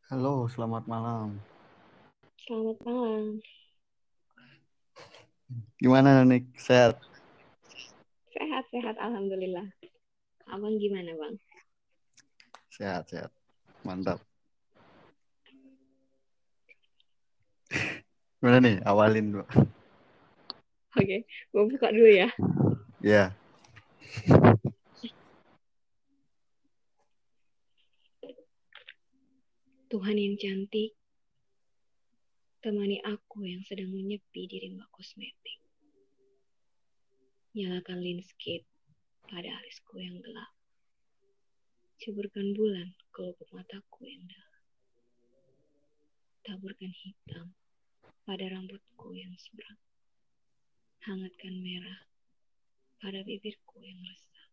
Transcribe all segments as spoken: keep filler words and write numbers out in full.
Halo, selamat malam. Selamat malam. Gimana nih? Sehat? Sehat-sehat, alhamdulillah. Abang gimana, Bang? Sehat, sehat. Mantap. Gimana nih? Awalin dulu. Oke, gue buka dulu ya. Ya, Tuhan yang cantik, temani aku yang sedang menyepi di rimba kosmetik. Nyalakan landscape pada alisku yang gelap. Ceburkan bulan ke lubuk mataku yang dalam. Taburkan hitam pada rambutku yang seberang. Hangatkan merah pada bibirku yang resah.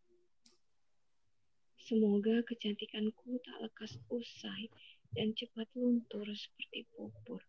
Semoga kecantikanku tak lekas usai dan cepat luntur seperti pupur.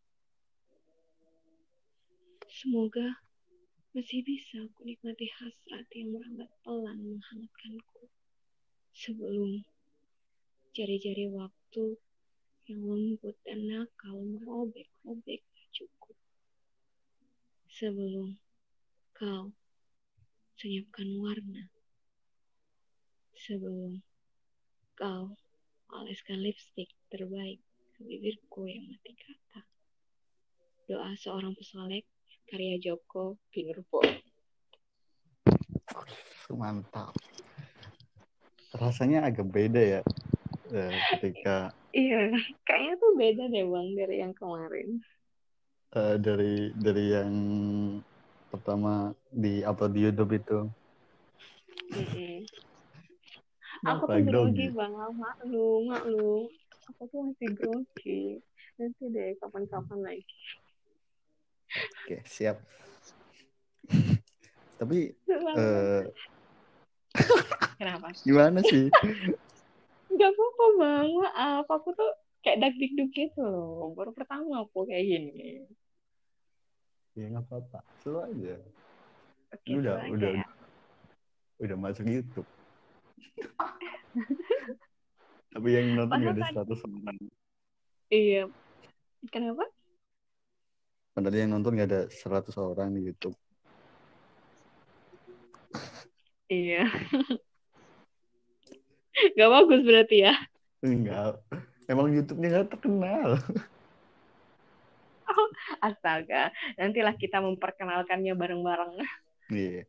Semoga masih bisa aku nikmati hasrat yang merambat pelan menghangatkanku sebelum jari-jari waktu yang lembut dan nakal merobek-robek bajuku. Sebelum kau senyapkan warna. Sebelum kau oleskan lipstik terbaik ke bibirku yang mati kata. Doa seorang pesolek karya Joko Pinurbo. mantap. Rasanya agak beda ya eh, ketika Iya, kayaknya tuh beda deh Bang dari yang kemarin. eh, dari dari yang pertama di upload di YouTube itu. Mm-mm. Aku Kenapa tuh grogi grogi? bang, maklum, maklum. Aku tuh masih grogi. Nanti deh kapan-kapan lagi. Oke, siap. Tapi Selalu. eh, Kenapa? gimana sih? Gak apa-apa bang, maaf. Aku tuh kayak dak-dikduk gitu loh. Baru pertama aku kayak gini. Ya nggak apa-apa. Slow aja. Oke, Lu udah selalu aja udah ya. udah, udah masuk YouTube. Tapi yang nonton Padahal gak ada kan, seratus orang. iya. Kenapa? Padahal yang nonton gak ada seratus orang di YouTube. Iya. Gak bagus berarti ya. Enggak. Emang YouTube-nya nggak terkenal. Oh, astaga. Nantilah kita memperkenalkannya bareng-bareng. Iya.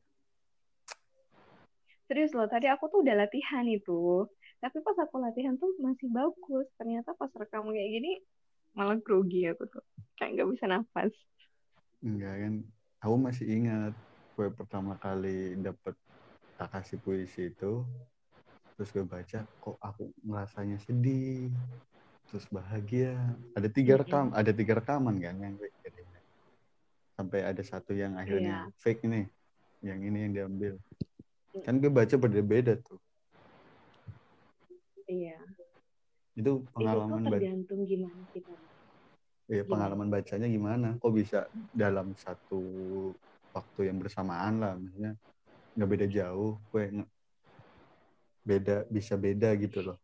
Serius loh, tadi aku tuh udah latihan itu. Tapi pas aku latihan tuh masih bagus. Ternyata pas rekam kayak gini malah grogi aku tuh. Kayak nggak bisa nafas. Enggak kan. Aku masih ingat gue pertama kali dapet tak kasih puisi itu. Terus gue baca, kok aku ngerasanya sedih. Terus bahagia. Ada tiga rekam, Mm-mm. ada tiga rekaman kan yang gue kirim. Sampai ada satu yang akhirnya Iya, fake nih. Yang ini yang diambil. Kan gue baca berbeda tuh. iya. Itu Itu tuh pengalaman baca. tergantung gimana kita. Ya, Gimana? pengalaman bacanya gimana? Kok bisa dalam satu waktu yang bersamaan lah, maksudnya nggak beda jauh, gue nge- beda bisa beda gitu loh.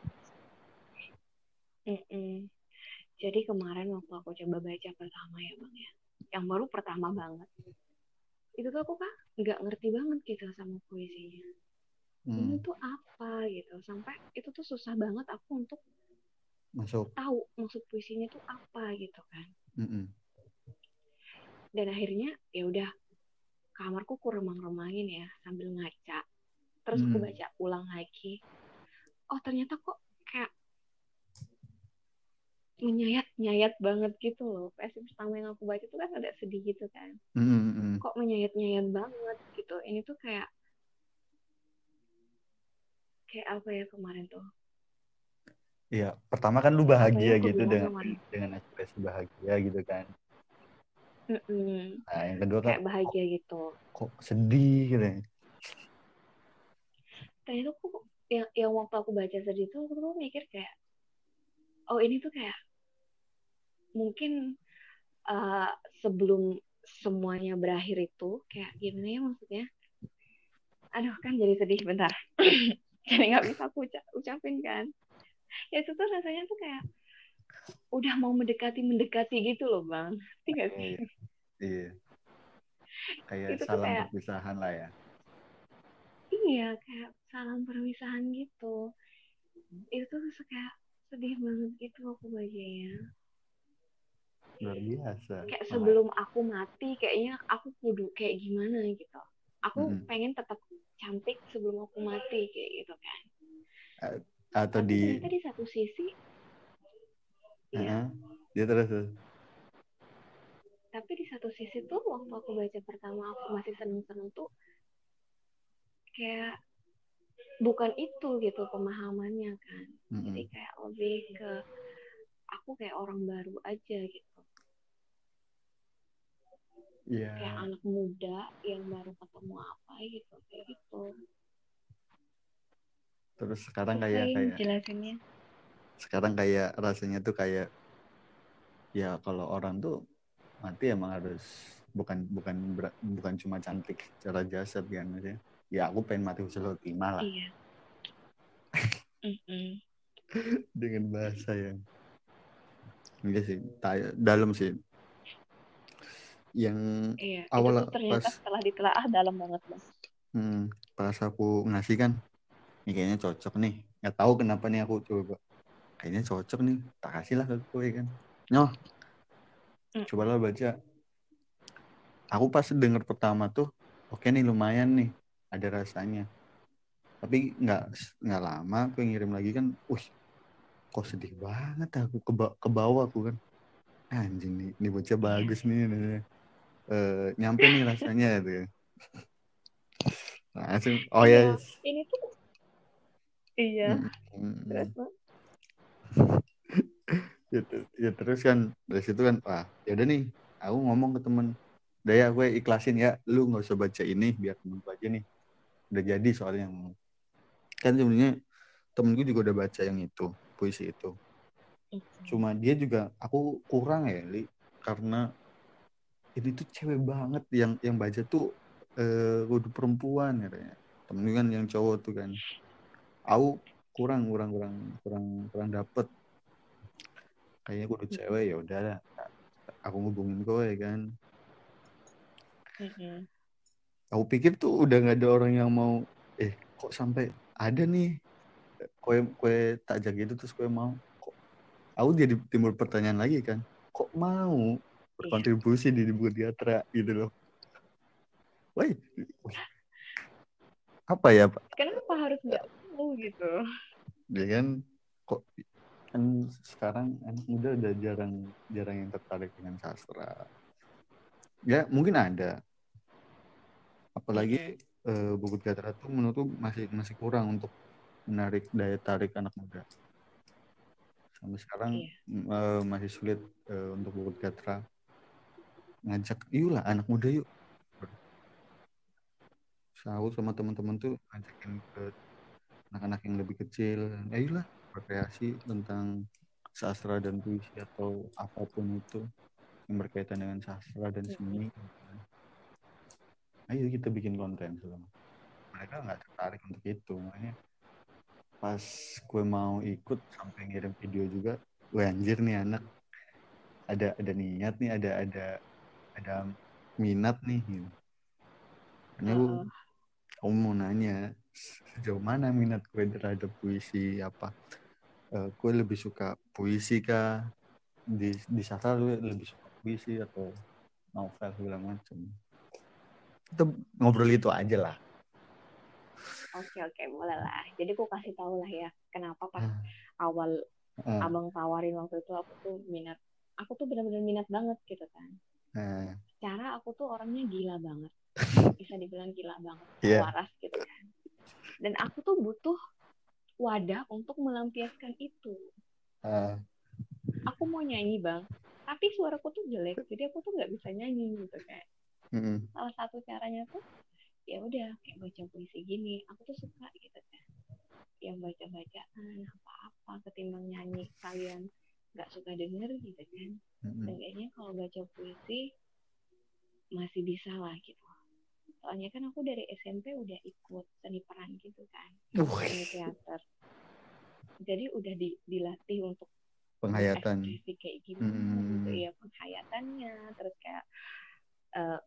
Mm-mm. Jadi kemarin waktu aku coba baca pertama ya bang ya. Yang baru pertama banget. Itu tuh aku kan nggak ngerti banget gitu sama puisinya. Ini Hmm, tuh apa gitu. Sampai itu tuh susah banget aku untuk masuk. tahu maksud puisinya tuh apa gitu kan. Mm-mm. Dan akhirnya ya udah kamarku ku remang-remangin ya sambil ngaca, terus aku Hmm. baca ulang lagi. Oh ternyata kok kayak menyayat-nyayat banget gitu loh. Versi pertama yang aku baca tuh kan ada sedih gitu kan, Mm-mm. kok menyayat-nyayat banget gitu. Ini tuh kayak kayak apa ya kemarin tuh, Iya, pertama kan lu apa ya bahagia aku gitu bilang dengan kemarin. dengan ekspresi bahagia gitu kan. Mm-mm. Nah, yang kedua kak, Kayak kok bahagia gitu. kok sedih gitu ya. Ternyata aku yang, yang waktu aku baca sedih tuh aku tuh mikir kayak, oh ini tuh kayak mungkin uh, sebelum semuanya berakhir itu kayak gimana ya maksudnya. Aduh kan jadi sedih bentar. Jadi nggak bisa aku uca- ucapin kan. Ya itu tuh rasanya tuh kayak udah mau mendekati mendekati gitu loh bang, nggak sih? Iya, iya. Kayak Itu tuh salam kayak perpisahan lah ya. iya kayak salam perpisahan gitu. Itu tuh kayak sedih banget gitu aku bacanya. Luar biasa Kayak malah. sebelum aku mati kayaknya aku kudu kayak gimana gitu. Aku Mm-mm. pengen tetap cantik sebelum aku mati kayak gitu kan. A- Atau Tapi di, ternyata di satu sisi ya, uh dia terus, terus. tapi di satu sisi tuh waktu aku baca pertama aku masih seneng-seneng tuh kayak bukan itu gitu pemahamannya kan. Jadi Mm-mm. kayak lebih ke aku kayak orang baru aja gitu. Kayak Iya. anak muda yang baru ketemu apa gitu kayak gitu. Terus sekarang kayak Susah kayak jelasinnya. sekarang kayak rasanya tuh kayak ya kalau orang tuh mati emang harus bukan bukan ber- bukan cuma cantik secara jasad kan maksudnya. Ya aku pengen mati husnul khotimah lah Iya. Mm-mm. dengan bahasa yang enggak sih, tay- dalam sih. Yang Iya, itu tuh awal pas ternyata setelah ditelaah dalam banget bang. hmm, pas aku ngasih kan, ini kayaknya cocok nih. Nggak tahu kenapa nih aku coba, kayaknya cocok nih, tak kasih lah ke gue kan. Nyoh, Mm-mm. cobalah baca. Aku pas denger pertama tuh, oke nih lumayan nih, ada rasanya. Tapi nggak nggak lama aku ngirim lagi kan, wih, kok sedih banget aku ke ke bawah aku kan. Anjing nih, ini bocah Iya. bagus nih. nih. Uh, nyampe nih rasanya gitu. Langsung, oh ya. Iya, Yes. ini tuh iya. Mm, mm, Terus mm. bang. Ya, ter- ya terus kan dari situ kan, wah ya udah nih, aku ngomong ke temen, udah ya gue ikhlasin ya, lu nggak usah baca ini biar temen gue aja nih, udah jadi soalnya. Kan sebenarnya temen gue juga udah baca yang itu, puisi itu, cuma dia juga aku kurang ya Li, karena ini tuh cewek banget yang yang baca tuh eh, udah perempuan katanya, temen gue kan yang cowok tuh kan, aku kurang kurang kurang kurang kurang dapet, kayaknya gue udah cewek ya udah lah, aku ngubungin gue ya kan. Mm-mm. Aku pikir tuh udah nggak ada orang yang mau, eh kok sampai ada nih kue kue tajak gitu terus kue mau, kok aku jadi timbul pertanyaan lagi kan, kok mau Iya. berkontribusi di buku Diatra gitu loh. Woi, apa ya Pak? Kenapa harus nggak mau gitu? Dia kan kok kan sekarang anak muda udah jarang jarang yang tertarik dengan sastra. Ya mungkin ada, apalagi eh, buku Diatra tuh menurutku masih masih kurang untuk menarik daya tarik anak muda. Sampai sekarang Iya. uh, masih sulit uh, untuk buku Gatra ngajak, yuk lah anak muda yuk. Sahur sama teman-teman tuh ngajakin ke anak-anak yang lebih kecil, ayolah berkreasi tentang sastra dan puisi atau apapun itu yang berkaitan dengan sastra dan Mm-mm. seni. Ayo kita bikin konten selama. Mereka nggak tertarik untuk itu, makanya pas gue mau ikut sampai ngirim video juga, gue anjir nih anak ada ada niat nih, ada ada ada minat nih gitu. Makanya gue, Uh-uh. kamu mau nanya sejauh mana minat gue terhadap puisi apa? Uh, gue lebih suka puisi kah? Di di sastra lu lebih suka puisi atau novel segala macam? Kita ngobrol itu aja lah. Oke oke boleh lah. Jadi aku kasih tahu lah ya kenapa pas Ah, awal ah, abang tawarin waktu itu aku tuh minat. Aku tuh benar-benar minat banget gitu kan. ah, Secara aku tuh orangnya gila banget. Bisa dibilang gila banget. iya. Waras gitu kan. Dan aku tuh butuh wadah untuk melampiaskan itu. Ah, Aku mau nyanyi bang, tapi suaraku tuh jelek, jadi aku tuh nggak bisa nyanyi gitu kan. mm, Salah satu caranya tuh ya udah kayak baca puisi gini, aku tuh suka gitu kan. Yang baca-bacaan apa-apa ketimbang nyanyi kalian nggak suka denger gitu kan. Dan mm, kayaknya kalau baca puisi masih bisa lah gitu. Soalnya kan aku dari S M P udah ikut seni peran gitu kan, uh, seni teater. Jadi udah di, dilatih untuk penghayatan. berekspresi kayak gimana hmm. gitu ya, penghayatannya, terus kayak uh,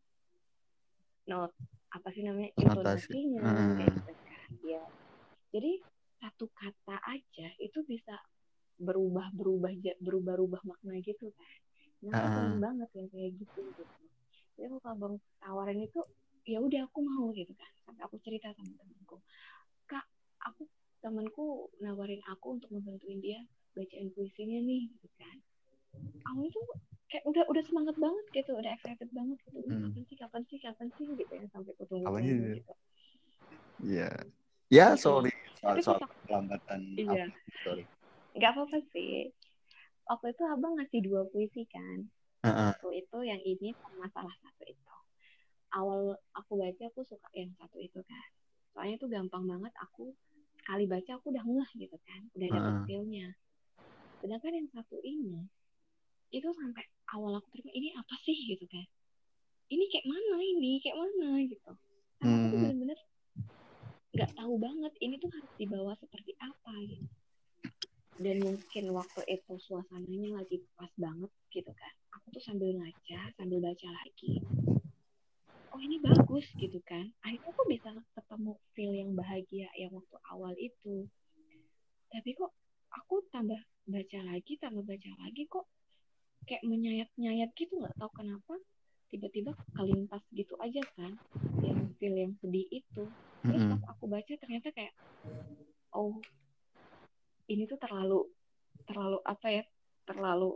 not apa sih namanya intonasinya hmm. kayak gitu kan ya. Jadi satu kata aja itu bisa berubah berubah berubah berubah makna gitu kan. Nah aku uh. seneng banget yang kayak gitu gitu. Jadi aku kalau bang tawarin itu ya udah aku mau gitu kan. Sampai aku cerita sama temanku, kak aku temanku nawarin aku untuk membantuin dia bacain puisinya nih gitu kan. Aku itu kayak udah udah semangat banget gitu, udah excited banget gitu. Hmm. Kapan sih kapan sih kapan sih gitu ya, sampai aku tunggu-tunggu gitu. Iya. Ya, sorry soal soal kelambatan. Iya. Sorry. Gak apa-apa sih. Waktu itu abang ngasih dua puisi kan. Uh-uh. Satu itu yang ini sama salah satu itu. Awal aku baca aku suka yang satu itu kan. Soalnya itu gampang banget, aku sekali baca aku udah ngeh gitu kan. Udah dapet uh-uh. feel-nya. Sedangkan yang satu ini itu sampai awal aku terima ini apa sih gitu kan. Ini kayak mana ini, kayak mana gitu. Karena aku tuh bener-bener gak tahu banget ini tuh harus dibawa seperti apa gitu. Dan mungkin waktu itu suasananya lagi pas banget gitu kan. Aku tuh sambil ngaca, sambil baca lagi. Oh ini bagus gitu kan. Akhirnya aku bisa ketemu feel yang bahagia yang waktu awal itu. Tapi kok aku tambah baca lagi, tambah baca lagi kok kayak menyayat-nyayat gitu, gak tahu kenapa. Tiba-tiba kelintas gitu aja kan. Yang feel yang sedih itu. Terus pas aku baca ternyata kayak, oh ini tuh terlalu terlalu apa ya, terlalu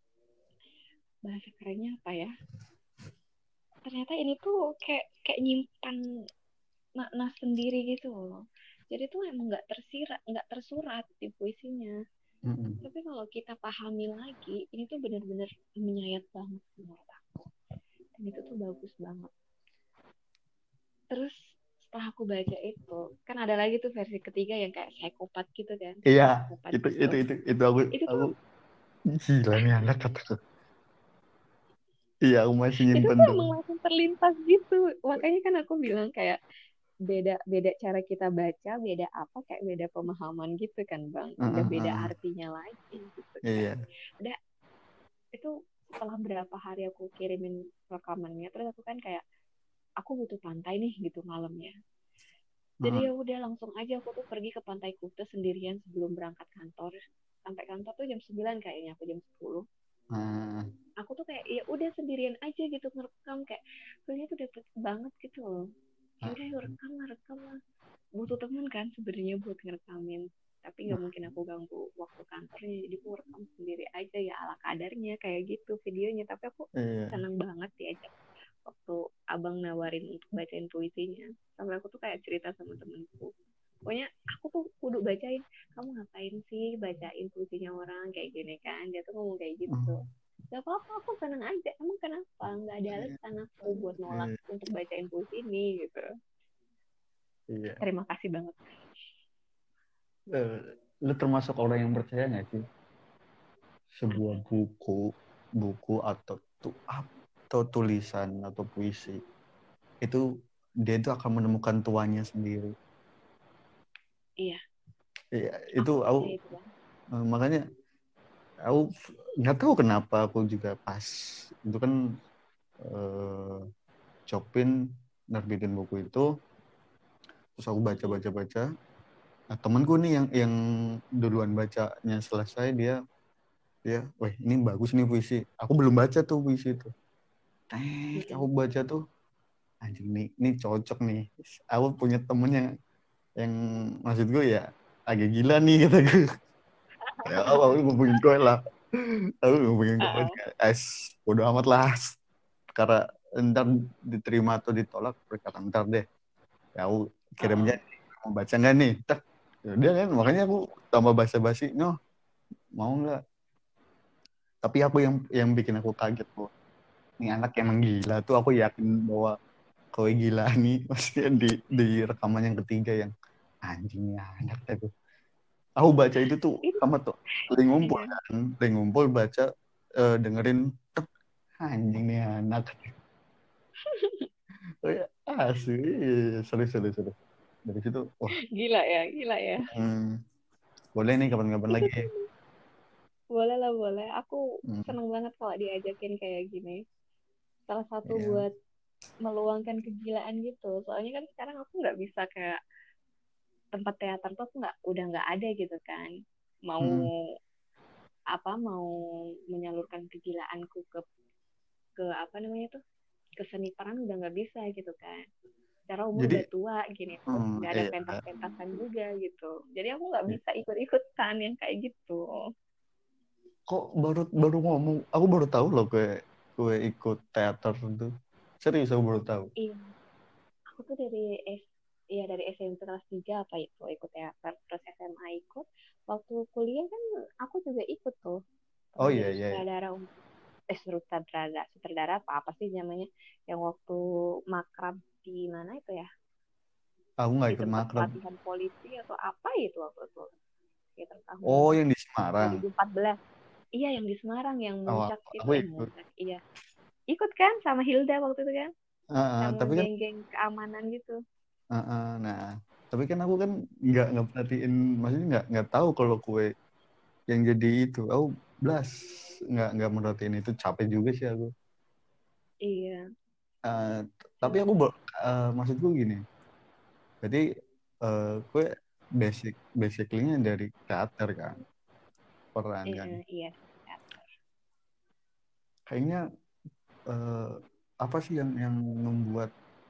bahasa kerennya apa ya, ternyata ini tuh kayak kayak nyimpan makna sendiri gitu loh. Jadi tuh emang nggak tersirat, nggak tersurat di puisinya. Mm-hmm. Tapi kalau kita pahami lagi, ini tuh benar-benar menyayat banget menurut aku. Dan itu tuh bagus banget. Terus setelah aku baca itu, kan ada lagi tuh versi ketiga yang kayak psikopat gitu kan. Iya, psikopat itu, gitu. itu itu itu aku itu aku tuh, gila nih anak kataku. Iya, aku masih nyimpen itu tuh emang langsung terlintas gitu. Makanya kan aku bilang kayak beda beda cara kita baca, beda apa kayak beda pemahaman gitu kan bang. Udah uh-uh. beda artinya lagi gitu kan. Iya. Udah itu setelah berapa hari aku kirimin rekamannya, terus aku kan kayak aku butuh pantai nih gitu malamnya. Jadi uh-huh. ya udah langsung aja aku tuh pergi ke Pantai Kuta sendirian sebelum berangkat kantor. Sampai kantor tuh jam sembilan kayaknya, aku jam sepuluh. Uh. Aku tuh kayak ya udah sendirian aja gitu ngerekam, kayak feelnya tuh dapet banget gitu loh. Ya udah yuk rekam lah, rekam lah. Butuh teman kan sebenarnya buat ngerekamin, tapi nggak mungkin aku ganggu waktu kantornya, jadi aku rekam sendiri aja ya ala kadarnya kayak gitu videonya. Tapi aku uh. seneng banget diajak waktu abang nawarin untuk bacain puisinya, sampai aku tuh kayak cerita sama temenku, pokoknya aku tuh kudu bacain, kamu ngapain sih bacain puisinya orang kayak gini kan. Dia tuh ngomong kayak gitu. Gak apa-apa, aku seneng aja. Emang kenapa? Gak ada alasan aku buat nolak untuk bacain puisi ini gitu. Iya. Terima kasih banget. Uh, lu termasuk orang yang percaya gak sih sebuah buku buku atau tuh atau tulisan atau puisi itu dia itu akan menemukan tuannya sendiri? Iya. Iya, itu aku, aku itu, uh, makanya aku nggak tahu kenapa aku juga pas itu kan uh, Chopin nerbitin buku itu, terus aku baca baca baca. Nah, temanku nih yang yang duluan bacanya selesai, dia dia, wah ini bagus nih puisi. Aku belum baca tuh puisi itu. Eh, aku baca tuh, anjing nih, ini cocok nih. Aku punya temen yang yang maksud gue ya agak gila nih kata gue. Ya aku ngomongin gue lah. Aku ngomongin gue es, bodo amat lah. Karena ntar diterima atau ditolak berkata ntar deh. Ya aku kirimnya, mau baca nggak nih? Tak, dia kan makanya aku tambah basa-basi, no mau nggak? Tapi aku yang yang bikin aku kaget tuh, ini anak emang gila tuh. Aku yakin bahwa kowe gila nih, maksudnya di di rekaman yang ketiga yang anjingnya anak itu. Aku baca itu tuh sama tuh lagi ngumpul kan, lagi ngumpul baca, uh, dengerin tek, anjing nih anak. Oh ya, asli seru seru seru. Dari situ wah gila ya, gila ya. Hmm, boleh nih kapan-kapan lagi. Boleh lah, boleh. Aku Hmm, seneng banget kalau diajakin kayak gini. Salah satu ya. buat meluangkan kegilaan gitu. Soalnya kan sekarang aku nggak bisa kayak tempat teater tuh aku nggak udah nggak ada gitu kan. Mau Hmm. apa mau menyalurkan kegilaanku ke ke apa namanya tuh ke seni peran udah nggak bisa gitu kan. Secara umur Jadi, udah tua gini terus hmm, nggak ada iya. pentas-pentasan juga gitu. Jadi aku nggak Iya. bisa ikut-ikutan yang kayak gitu. Kok baru baru ngomong, aku baru tahu loh gue gue ikut teater itu. Serius aku baru tahu. Iya, aku tuh dari S ya dari S M P kelas tiga apa itu ikut teater terus S M A ikut waktu kuliah kan aku juga ikut tuh Oh pernah iya jadi iya, iya. sutradara untuk eh sutradara sutradara apa apa sih namanya yang waktu makrab di mana itu ya Aku nggak di ikut tempat makrab. pelatihan polisi atau apa itu waktu itu sekitar Oh, tahun yang di Semarang. dua ribu empat belas. Iya yang di Semarang yang Oh, muncak aku, itu aku eh ikut. muncak iya ikut kan sama Hilda waktu itu kan Ah, ah, sama tapi kan, geng-geng keamanan gitu. ah, ah, nah, tapi kan aku kan nggak nggak perhatiin, maksudnya nggak nggak tahu kalau kue yang jadi itu. Aku blas nggak nggak merhatiin itu, capek juga sih aku. Iya Ah, tapi sama aku ber- ah, maksudku gini. Jadi eh kue basic basically-nya dari teater kan, peran kan. iya iya Kayaknya eh, apa sih yang yang membuat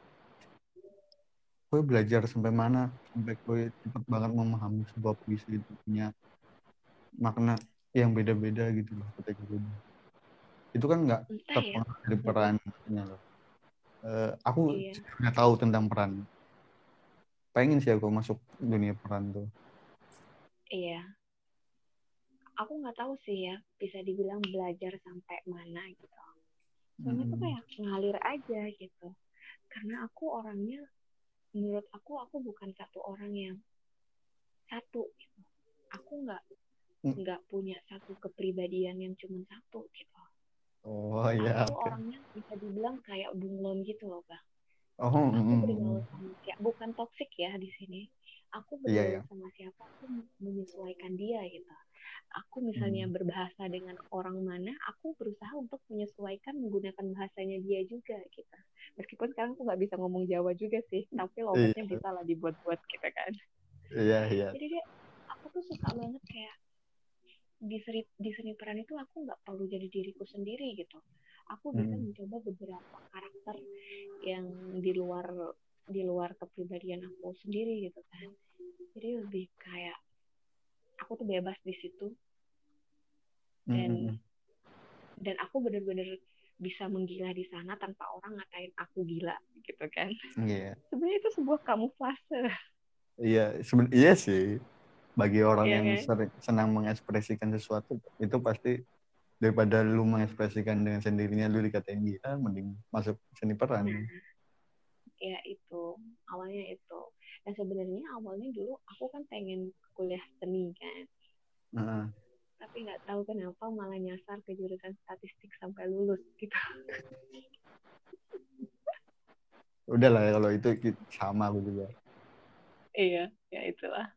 gue belajar sampai mana sampai gue cepet banget memahami sebuah puisi itu punya makna yang beda-beda gitu loh ketika gue itu kan nggak entah ya. terpengaruh dari Mm-mm. perannya loh. Eh, aku Iya sudah tahu tentang peran, pengen sih aku masuk dunia peran tuh. iya aku nggak tahu sih ya bisa dibilang belajar sampai mana gitu soalnya tuh Mm-mm. kayak ngalir aja gitu karena aku orangnya menurut aku aku bukan satu orang yang satu gitu aku nggak Mm. nggak punya satu kepribadian yang cuma satu gitu Oh aku ya, tuh oke. orangnya bisa dibilang kayak bunglon gitu loh bang Oh, aku mm-mm. bergaul sama siapa bukan toksik ya di sini aku Iya bergaul ya. sama siapa aku menyesuaikan dia gitu aku misalnya Mm. berbahasa dengan orang mana aku berusaha untuk menyesuaikan menggunakan bahasanya dia juga gitu meskipun sekarang aku nggak bisa ngomong Jawa juga sih tapi logatnya Iya bisa lah dibuat-buat gitu kan iya iya. jadi dia aku tuh suka banget kayak di seni di seni peran itu aku nggak perlu jadi diriku sendiri gitu aku bisa Mm. mencoba beberapa karakter yang di luar di luar kepribadian aku sendiri gitu kan jadi lebih kayak aku tuh bebas di situ dan Mm-mm. dan aku bener-bener bisa menggila di sana tanpa orang ngatain aku gila gitu kan Iya sebenarnya itu sebuah kamuflase iya seben- iya sih, bagi orang ya yang kan sering senang mengekspresikan sesuatu itu pasti daripada lu mengekspresikan dengan sendirinya lu dikatain gila, mending masuk seni peran. nah ya itu awalnya itu dan sebenarnya awalnya dulu aku kan pengen kuliah seni kan Heeh. tapi nggak tahu kenapa malah nyasar ke jurusan statistik sampai lulus gitu Udah lah ya kalau itu ki- sama aku juga. iya ya itulah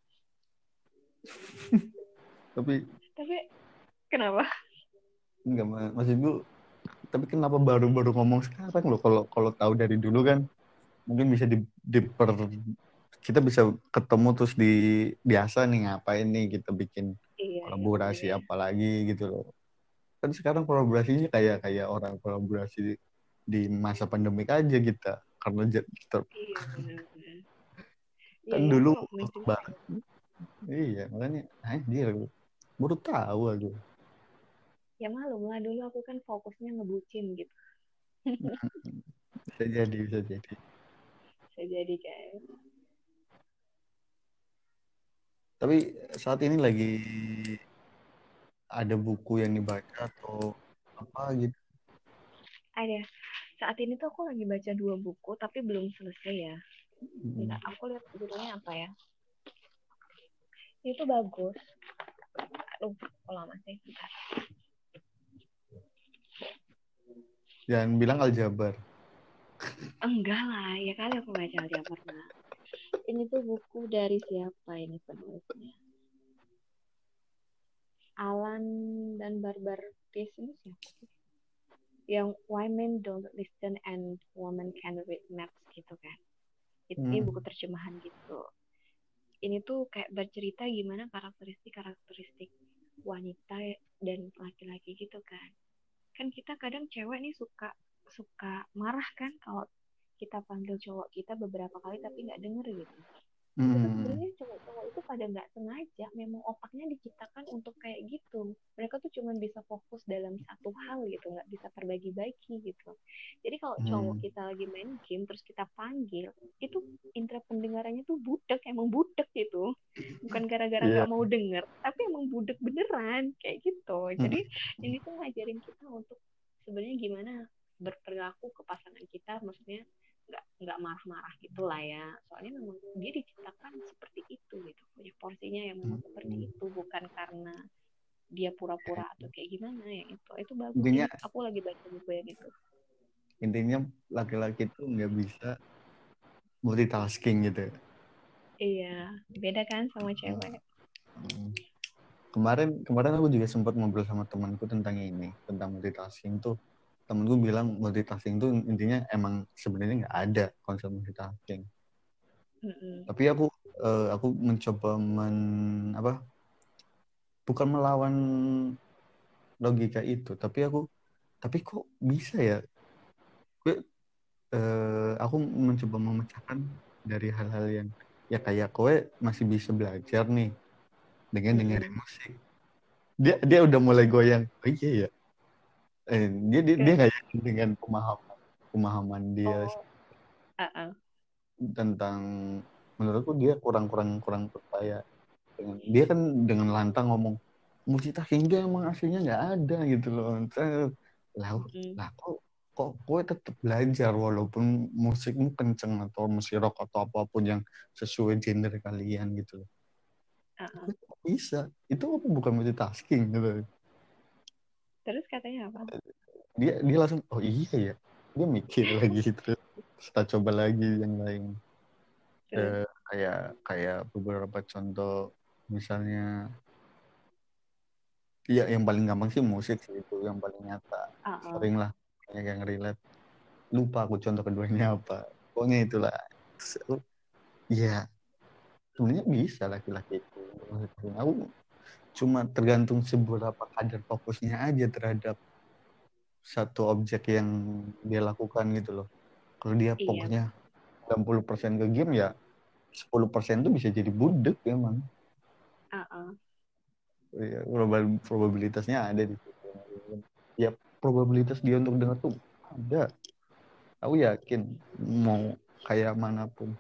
Tapi tapi kenapa enggak ma- maksud gue, tapi kenapa baru-baru ngomong sekarang loh, kalau kalau tahu dari dulu kan mungkin bisa di, diper kita bisa ketemu terus di biasa nih ngapain nih kita bikin iya ya bener kolaborasi ya apa lagi gitu loh. Kan sekarang kolaborasinya kayak kayak orang kolaborasi di, di masa pandemik aja kita, karena j- ter- iya benar-benar iya kan ya dulu aku waktu waktu juga banget. kayak Iya makanya anjir baru tahu aku. ya malum lah dulu aku kan fokusnya ngebucin gitu Bisa jadi bisa jadi. bisa jadi kayak Tapi saat ini lagi ada buku yang dibaca atau apa gitu. ada saat ini tuh aku lagi baca dua buku tapi belum selesai ya Hmm. bentar aku lihat judulnya apa ya itu bagus aduh kok lama sih bentar. Jangan bilang Aljabar. Enggak lah ya kali aku baca dia pernah ini tuh buku dari siapa ini penulisnya Alan dan Barbar Peace ini siapa sih? Yang why men don't listen and women can read maps gitu kan. Itu Hmm. buku terjemahan gitu. Ini tuh kayak bercerita gimana karakteristik-karakteristik wanita dan laki-laki gitu kan. Kan kita kadang cewek nih suka suka marah kan kalau kita panggil cowok kita beberapa kali tapi nggak denger gitu. Itu tuh Hmm. sebenarnya cowok-cowok itu pada nggak sengaja, memang otaknya diciptakan untuk kayak gitu. Mereka tuh cuma bisa fokus dalam satu hal gitu, nggak bisa terbagi-bagi gitu. Jadi kalau cowok Hmm. kita lagi main game terus kita panggil, itu indera pendengarannya tuh budak, emang budak gitu. Bukan gara-gara Iya. nggak mau denger, tapi emang budak beneran kayak gitu. Hmm. Jadi ini tuh ngajarin kita untuk sebenarnya gimana berperilaku ke pasangan kita, maksudnya nggak nggak marah-marah gitulah ya, soalnya memang dia diciptakan seperti itu gitu, punya porsinya yang memang seperti itu, bukan karena dia pura-pura atau kayak gimana ya. itu itu bagus, Intinya ini aku lagi baca buku yang itu. intinya laki-laki tuh nggak bisa multitasking gitu. Iya, beda kan sama cewek. Hmm. Kemarin kemarin aku juga sempat ngobrol sama temanku tentang ini, tentang multitasking tuh. Temanku bilang multitasking tuh intinya emang sebenarnya nggak ada konsep multitasking. Mm-mm. Tapi aku eh, aku mencoba men apa bukan melawan logika itu, tapi aku tapi kok bisa ya? Gue eh, aku mencoba memecahkan dari hal-hal yang ya kayak kowe masih bisa belajar nih dengan dengerin Mm-mm. musik. Dia dia udah mulai goyang. Oh iya ya. Eh, dia dia dia Ke- nggak yakin dengan pemahaman pemahaman dia oh, uh-uh. tentang, menurutku dia kurang kurang kurang percaya dengan dia kan dengan lantang ngomong multitasking dia emang aslinya nggak ada gitu loh. Lah Mm-mm. lah kok kok gue tetap belajar walaupun musikmu kenceng atau musik rock atau apapun yang sesuai genre kalian gitu loh. Uh-uh. Gue kok bisa itu apa bukan multitasking gitu. Terus katanya apa? Dia dia langsung oh iya ya, dia mikir lagi terus kita coba lagi yang lain. Terus Eh, kayak kayak beberapa contoh misalnya ya yang paling gampang sih musik sih, itu yang paling nyata, uh-uh. sering lah banyak yang relate. Lupa aku contoh keduanya apa, pokoknya itulah. So, ya sebenarnya bisa laki-laki itu, aku cuma tergantung seberapa kadar fokusnya aja terhadap satu objek yang dia lakukan gitu loh. Kalau dia Iya, fokusnya sembilan puluh persen ke game, ya sepuluh persen tuh bisa jadi budek emang. uh-uh. Ya, probabilitasnya ada di situ. Ya probabilitas dia untuk dengar tuh ada. Aku yakin mau kayak manapun.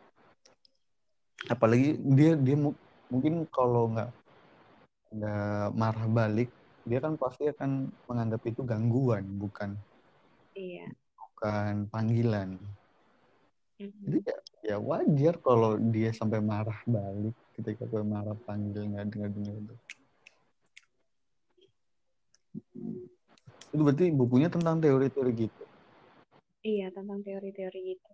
Apalagi dia dia mu- mungkin kalau nggak nggak marah balik, dia kan pasti akan menganggap itu gangguan, bukan Iya. bukan panggilan. Jadi Mm-mm. ya, ya wajar kalau dia sampai marah balik ketika gue marah panggil nggak dengar dengar itu. Itu berarti bukunya tentang teori-teori gitu. Iya, tentang teori-teori itu.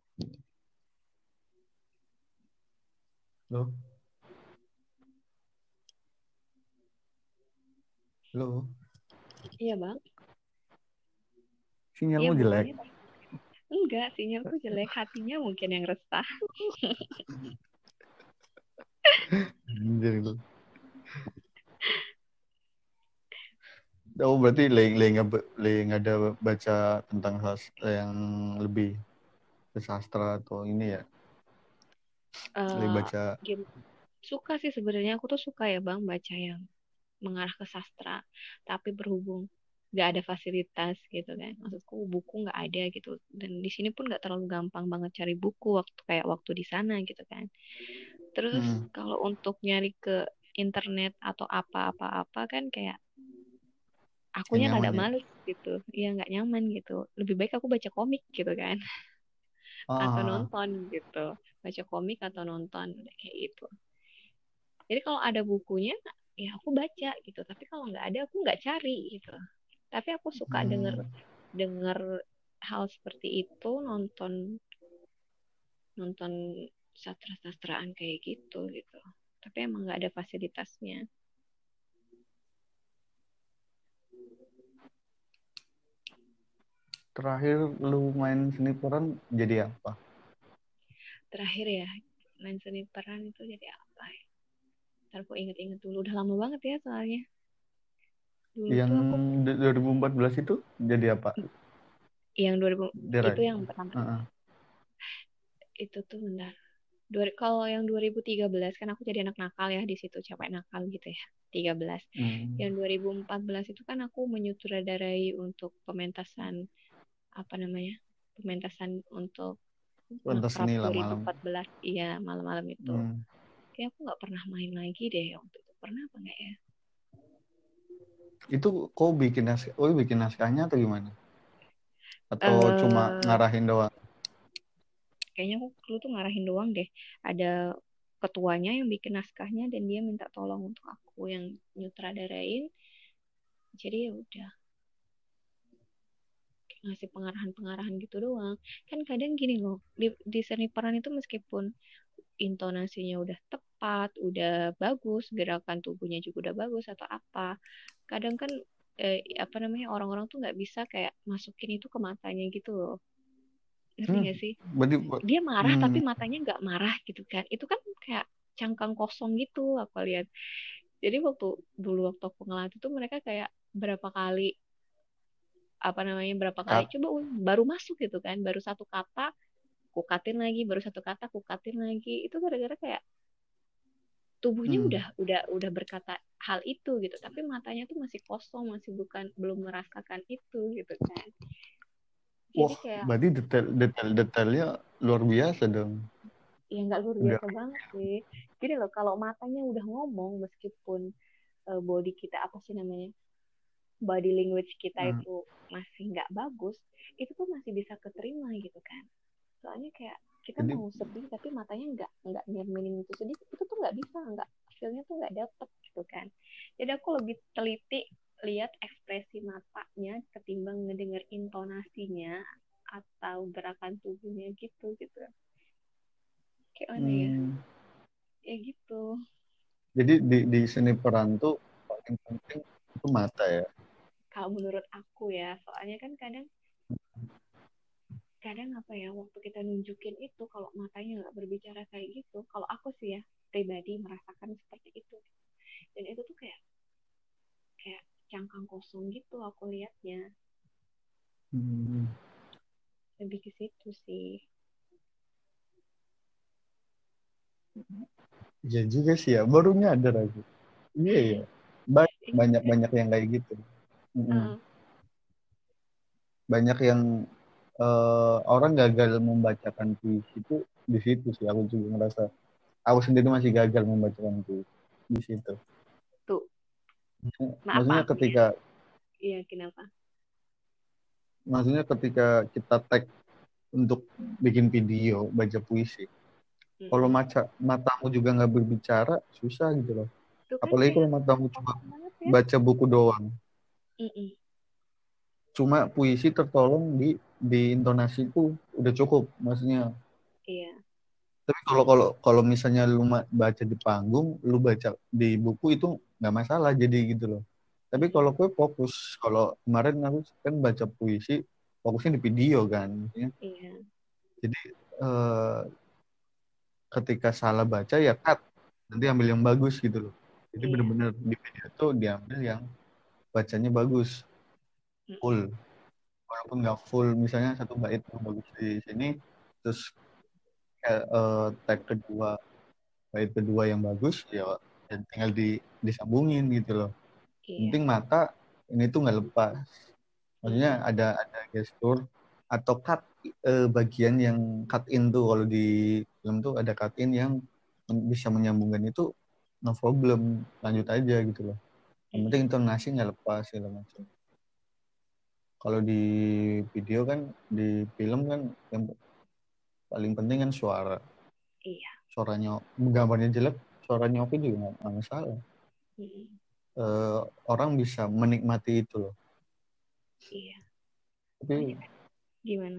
Loh, loh, Iya bang. Iya sinyalmu jelek. bukunya. Enggak, sinyalku jelek, hatinya mungkin yang resah. Anjir itu. Oh berarti le le nggak be- le nggak ada baca tentang sas yang lebih ke sastra atau ini ya? Le Eh, baca. game suka sih sebenarnya, aku tuh suka ya bang baca yang mengarah ke sastra, tapi berhubung nggak ada fasilitas gitu kan, maksudku buku nggak ada gitu, dan di sini pun nggak terlalu gampang banget cari buku waktu kayak waktu di sana gitu kan. Terus Hmm. kalau untuk nyari ke internet atau apa-apa-apa kan kayak Gak akunya rada nyaman ya. males gitu, ya nggak nyaman gitu, lebih baik aku baca komik gitu kan. Atau Ah, nonton gitu, baca komik atau nonton kayak gitu. Jadi kalau ada bukunya ya aku baca gitu, tapi kalau nggak ada aku nggak cari gitu. Tapi aku suka denger hmm. denger hal seperti itu, nonton nonton sastra-sastraan kayak gitu gitu. Tapi emang nggak ada fasilitasnya. Terakhir lu main seni peran jadi apa? Terakhir ya main seni peran itu jadi apa ya? Ntar aku inget-inget dulu. Udah lama banget ya soalnya. Dulu Yang tuh aku dua ribu empat belas itu jadi apa? yang dua ribu Derai. itu yang pertama. Uh-uh. Itu tuh bentar. Dua, kalau yang dua ribu tiga belas kan aku jadi anak nakal ya di situ, cewek nakal gitu ya. Tiga belas. Hmm. Yang dua ribu empat belas itu kan aku menyutradarai untuk pementasan apa namanya? Pementasan untuk Pentas Ngekrab seni lah malam. dua ribu empat belas. Iya, malam-malam itu. Hmm. Kayak aku nggak pernah main lagi deh waktu itu. Pernah apa nggak ya? Itu kau bikin naskah, oh bikin naskahnya atau gimana? Atau cuma Eh, ngarahin doang? kayaknya aku dulu tuh ngarahin doang deh. Ada ketuanya yang bikin naskahnya dan dia minta tolong untuk aku yang nyutradarain. Jadi ya udah ngasih pengarahan-pengarahan gitu doang. Kan kadang gini loh, di, di seni peran itu meskipun intonasinya udah tepat, udah bagus, gerakan tubuhnya juga udah bagus atau apa. Kadang kan eh, apa namanya orang-orang tuh nggak bisa kayak masukin itu ke matanya gitu loh. Ngerti Hmm. nggak sih? Berarti Dia marah tapi hmm. matanya nggak marah gitu kan. Itu kan kayak cangkang kosong gitu aku lihat. Jadi waktu dulu waktu aku ngelatih tuh mereka kayak berapa kali apa namanya berapa kali Cut. coba baru masuk gitu kan, baru satu kata kukatin lagi, baru satu kata kukatin lagi. Itu gara-gara kayak tubuhnya Hmm. udah udah udah berkata hal itu gitu tapi matanya tuh masih kosong, masih bukan belum merasakan itu gitu kan. Jadi Wah, kayak berarti detail detail detailnya luar biasa dong. ya nggak luar Udah. biasa banget sih. Gini loh, kalau matanya udah ngomong meskipun uh, body kita apa sih namanya body language kita Hmm. itu masih nggak bagus, itu tuh masih bisa keterima gitu kan. Soalnya kayak kita Jadi mau sedih tapi matanya nggak nggak nyerminin itu sedih, itu tuh nggak bisa, nggak feelnya tuh nggak dapet gitu kan. Jadi aku lebih teliti lihat ekspresi matanya ketimbang ngedenger intonasinya atau gerakan tubuhnya gitu gitu. Kayak mana ya? hmm, Ya gitu. jadi di di seni peran tuh paling penting itu mata ya. Kalau menurut aku ya, soalnya kan kadang kadang apa ya waktu kita nunjukin itu kalau matanya nggak berbicara kayak gitu, kalau aku sih ya pribadi merasakan seperti itu. Dan itu tuh kayak kayak cangkang kosong gitu aku lihatnya, Hmm. lebih ke situ sih. Iya juga sih ya, baru nyadar aku. Iya ya, banyak banyak Iya. banyak yang kayak gitu. Mm-mm. Uh, Banyak yang eh, orang gagal membacakan puisi itu di situ sih. Aku juga ngerasa, aku sendiri masih gagal membacakan puisi di situ. tuh Maksudnya, kenapa maksudnya aku ya, ketika, iya kenapa. maksudnya ketika kita tag untuk bikin video baca puisi, kalau Mm-mm. maca matamu juga nggak berbicara, susah gitu loh. Tuh kan Apalagi kayak kalau matamu cuma kosong banget ya. baca buku doang. Mm-mm. Cuma puisi tertolong di di intonasi itu udah cukup, maksudnya. Iya. Tapi kalau kalau kalau misalnya lu baca di panggung, lu baca di buku itu nggak masalah jadi gitu loh. Tapi Mm-mm. kalau gue fokus, kalau kemarin aku kan baca puisi, fokusnya di video kan, maksudnya. Iya. Jadi eh, ketika salah baca ya cut, nanti ambil yang bagus gitu loh. Jadi Iya. benar-benar di video tuh diambil yang bacanya bagus, full. Mm-mm. Walaupun nggak full, misalnya satu bait yang bagus di sini, terus eh, eh, tag kedua, bait kedua yang bagus, ya ya tinggal di, disambungin gitu loh. Yang Iya. penting mata ini tuh nggak lepas. Maksudnya Mm-mm. ada ada gestur atau cut eh, bagian yang cut in tuh kalau di film tuh ada cut in yang bisa menyambungkan itu no problem, lanjut aja gitu loh. Yang penting Mm-mm. intonasi nggak lepas segala macam. Kalau di video kan, di film kan yang paling penting kan suara. Iya. Suaranya gambarnya jelek, suaranya oke juga nggak nggak masalah. Mm-mm. Eh, orang bisa menikmati itu loh. Iya. Soalnya Tapi kan gimana.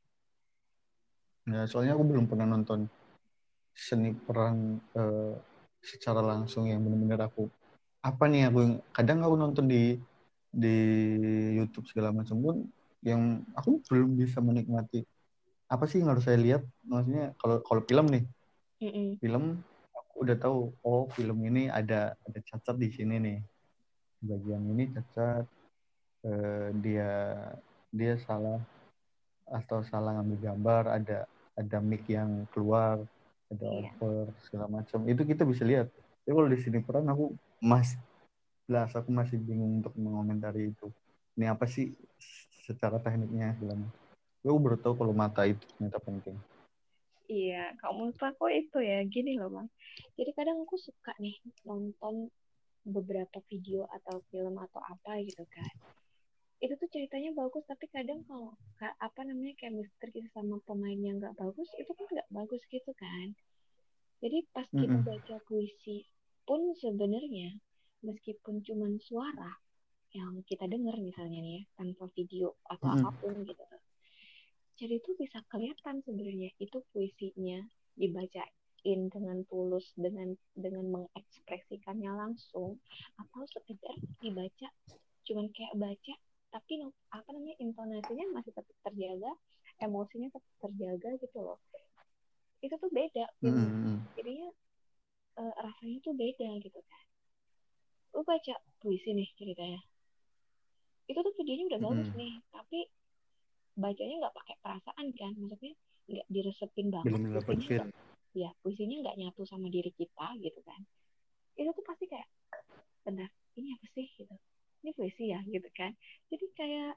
ya soalnya aku belum pernah nonton seni peran eh, secara langsung yang benar-benar aku apa nih aku kadang aku nonton di di YouTube segala macam pun yang aku belum bisa menikmati apa sih yang harus saya lihat. Maksudnya kalau kalau film nih, Mm-mm. film aku udah tahu, oh film ini ada ada cacat di sini nih, bagian ini cacat, eh, dia dia salah atau salah ngambil gambar, ada ada mic yang keluar, ada Iya. over segala macam, itu kita bisa lihat. Tapi kalau di sini peran aku mas jelas aku masih bingung untuk mengomentari itu, ini apa sih secara tekniknya segala macam. Aku baru tahu kalau mata itu ternyata penting. Iya, kalau menurut aku itu ya gini loh bang. Jadi kadang aku suka nih nonton beberapa video atau film atau apa gitu kan. Itu tuh ceritanya bagus tapi kadang kalau ka- apa namanya chemistry sama pemainnya nggak bagus itu kan nggak bagus gitu kan. Jadi pas kita Mm-mm. baca puisi pun sebenarnya meskipun cuman suara yang kita dengar misalnya nih ya tanpa video atau Mm-mm. apapun gitu. Jadi itu bisa kelihatan sebenarnya itu puisinya dibacain dengan tulus dengan dengan mengekspresikannya langsung atau sekedar dibaca cuman kayak baca tapi apa namanya intonasinya masih tetap terjaga, emosinya tetap terjaga gitu loh. Itu tuh beda filmnya. Mm-mm. Jadinya eh, rasanya tuh beda gitu kan. Lu baca puisi nih ceritanya. Itu tuh videonya udah bagus Mm-mm. nih, tapi bacanya nggak pakai perasaan kan, maksudnya nggak diresepin banget Belum dapat puisinya feel. nggak, ya puisinya nggak nyatu sama diri kita gitu kan. Itu tuh pasti kayak bentar ini apa sih gitu, ini puisi ya gitu kan. Jadi kayak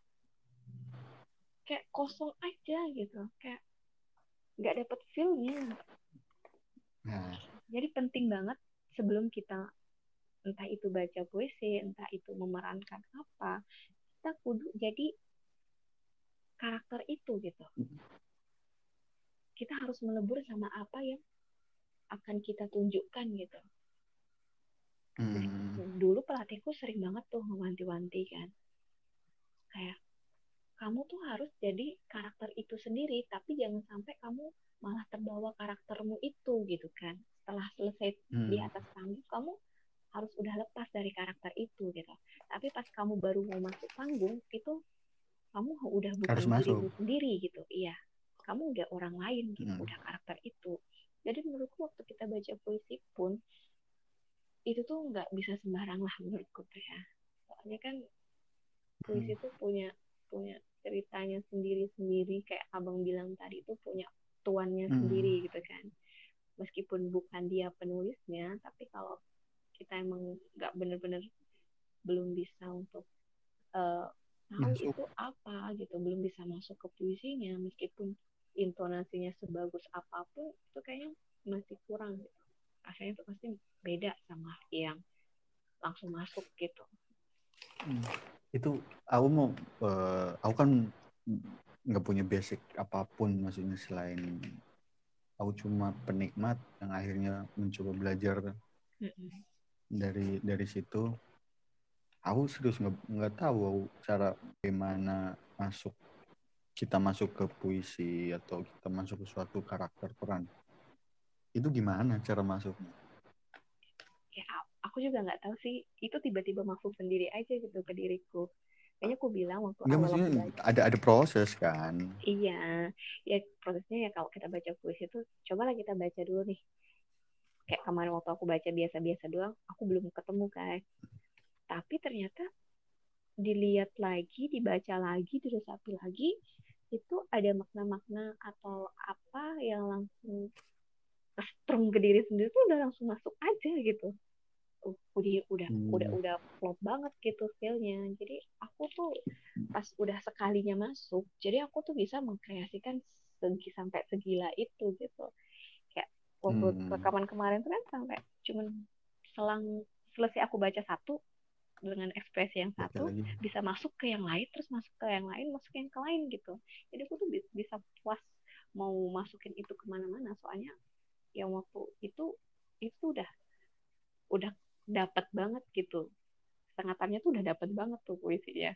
kayak kosong aja gitu, kayak nggak dapet feelnya. Nah, Jadi penting banget sebelum kita entah itu baca puisi entah itu memerankan apa, kita kudu jadi karakter itu gitu. Kita harus melebur sama apa yang akan kita tunjukkan gitu. mm. Dulu pelatihku sering banget tuh mewanti-wanti kan, kayak kamu tuh harus jadi karakter itu sendiri tapi jangan sampai kamu malah terbawa karaktermu itu gitu kan. Setelah selesai di Mm. atas panggung kamu harus udah lepas dari karakter itu gitu, tapi pas kamu baru mau masuk panggung itu kamu udah bukan Harus masuk. dirimu sendiri gitu. Iya, kamu udah orang lain gitu, Mm. udah karakter itu. Jadi menurutku waktu kita baca puisi pun itu tuh nggak bisa sembarang lah menurutku tuh ya. Soalnya kan puisi Mm. itu punya punya ceritanya sendiri-sendiri, kayak abang bilang tadi itu punya tuannya Mm. sendiri gitu kan. Meskipun bukan dia penulisnya, tapi kalau kita emang nggak bener-bener belum bisa untuk uh, tahu Masuk. itu apa gitu, belum bisa masuk ke puisinya, meskipun intonasinya sebagus apapun itu kayaknya masih kurang gitu. Rasanya itu pasti beda sama yang langsung masuk gitu. Mm. Itu aku mau, uh, aku kan nggak punya basic apapun, maksudnya selain aku cuma penikmat yang akhirnya mencoba belajar Mm-mm. dari dari situ. Aku serius nggak nggak tahu cara bagaimana masuk kita masuk ke puisi atau kita masuk ke suatu karakter peran. Itu gimana cara masuknya? Ya aku juga nggak tahu sih, itu tiba-tiba masuk sendiri aja gitu ke diriku. Kayaknya aku bilang waktu Enggak, awal maksudnya aku baca. ada ada proses kan. Iya, ya prosesnya ya kalau kita baca puisi itu cobalah kita baca dulu nih. Kayak kemarin waktu aku baca biasa-biasa doang, aku belum ketemu kan. Tapi ternyata dilihat lagi, dibaca lagi, diresapi lagi, itu ada makna-makna atau apa yang langsung kestrung ke diri sendiri tuh udah langsung masuk aja gitu. Uh, udah udah udah Hmm. udah plot banget gitu feelnya. Jadi aku tuh pas udah sekalinya masuk, jadi aku tuh bisa mengkreasikan segi sampai segila itu gitu. Kayak waktu Hmm. rekaman kemarin tuh kan sampai cuman selang selesai aku baca satu dengan ekspresi yang Baca satu lagi. bisa masuk ke yang lain, terus masuk ke yang lain, masuk ke yang ke lain gitu. Jadi aku tuh bisa puas mau masukin itu kemana-mana, soalnya yang waktu itu itu udah udah dapat banget gitu, setengahnya tuh udah dapat banget tuh puisinya.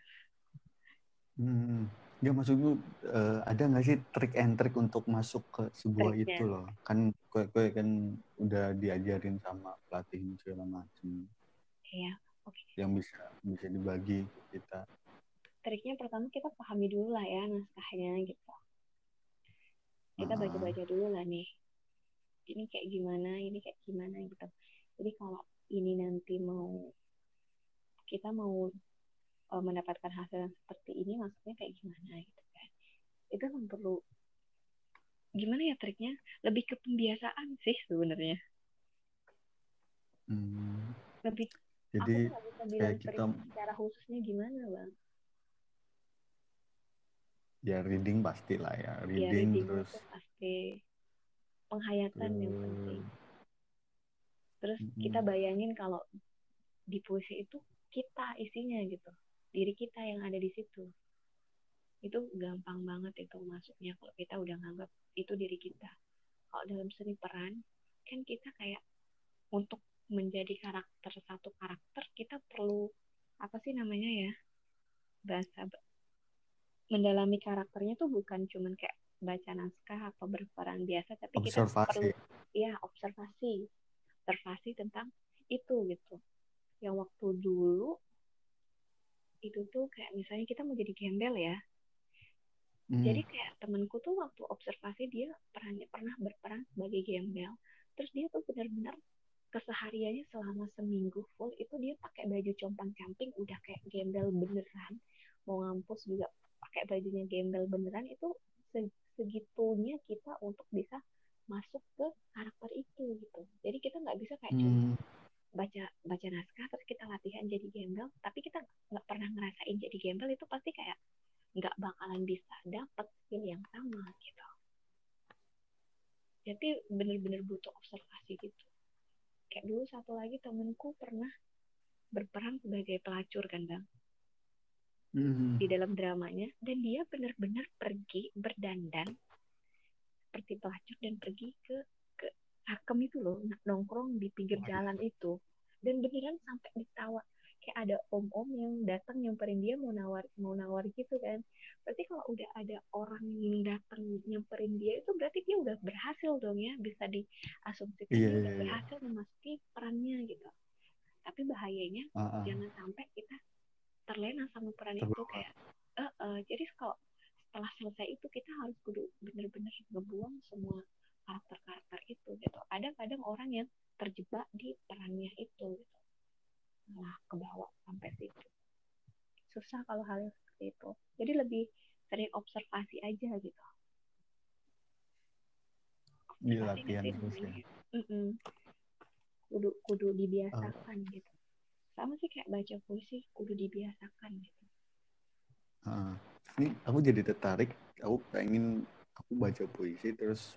Hmm. Ya maksudku, eh, ada nggak sih trik and trik untuk masuk ke sebuah Triknya itu loh? Kan kue kue kan udah diajarin sama pelatih segala macam. ya Oke. yang bisa bisa dibagi ke kita. Triknya pertama kita pahami dulu lah ya naskahnya gitu. Kita Uh, baca-baca dulu lah nih. Ini kayak gimana, ini kayak gimana gitu. Jadi kalau ini nanti mau kita mau uh, mendapatkan hasil yang seperti ini, maksudnya kayak gimana gitu kan. Itu kan perlu gimana ya triknya? Lebih ke pembiasaan sih sebenarnya. hmm, Lebih aku tuh jadi nggak bisa bilang kayak trik kita secara khususnya gimana bang. ya reading pasti lah ya, Ya reading readingnya terus itu pasti penghayatan yang penting. terus Terus kita mm, bayangin kalau di puisi itu kita isinya gitu, diri kita yang ada di situ. Itu gampang banget itu masuknya kalau kita udah nganggap itu diri kita. Kalau dalam seni peran kan kita kayak untuk menjadi karakter satu karakter kita perlu apa sih namanya ya, bahasa mendalami karakternya tuh bukan cuman kayak baca naskah atau berperan biasa, tapi kita perlu observasi. ya observasi observasi tentang itu gitu. Yang waktu dulu itu tuh kayak misalnya kita mau jadi gembel ya, jadi Hmm, kayak temenku tuh waktu observasi dia perannya pernah berperan sebagai gembel, terus dia tuh benar-benar kesehariannya selama seminggu full itu dia pakai baju compang-camping udah kayak gembel beneran, mau ngampus juga pakai bajunya gembel beneran. Itu segitunya kita untuk bisa masuk ke karakter itu gitu. Jadi kita nggak bisa kayak cuma hmm, baca baca naskah terus kita latihan jadi gembel tapi kita nggak pernah ngerasain jadi gembel, itu pasti kayak nggak bakalan bisa dapet skill yang sama gitu. Jadi bener-bener butuh observasi gitu. Kayak dulu satu lagi temenku pernah berperan sebagai pelacur kan bang hmm. di dalam dramanya, dan dia benar-benar pergi berdandan seperti pelacur dan pergi ke ke Hakem itu loh, nongkrong di pinggir Oh, iya. jalan itu, dan beneran sampai ditawa kayak ada om-om yang datang nyamperin dia mau nawar mau nawar gitu kan. Berarti kalau udah ada orang yang datang nyamperin dia itu berarti dia udah berhasil dong ya, bisa diasumsikan Iya dia udah iya iya. berhasil memasuki perannya gitu. Tapi bahayanya Ah, ah. jangan sampai kita terlena sama peran itu Terbawa. kayak eh uh, jadi kalau setelah selesai itu kita harus kudu bener-bener ngebuang semua karakter-karakter itu gitu. Ada kadang orang yang terjebak di perannya itu gitu, nah kebawa sampai situ. Susah kalau hal yang seperti itu, jadi lebih sering observasi aja gitu. Di Observasi nggak latihan sih terus ya. namanya. Mm-mm. kudu kudu Ah, dibiasakan gitu, sama sih kayak baca puisi kudu dibiasakan gitu. ah. Ini aku jadi tertarik, aku pengen aku baca puisi terus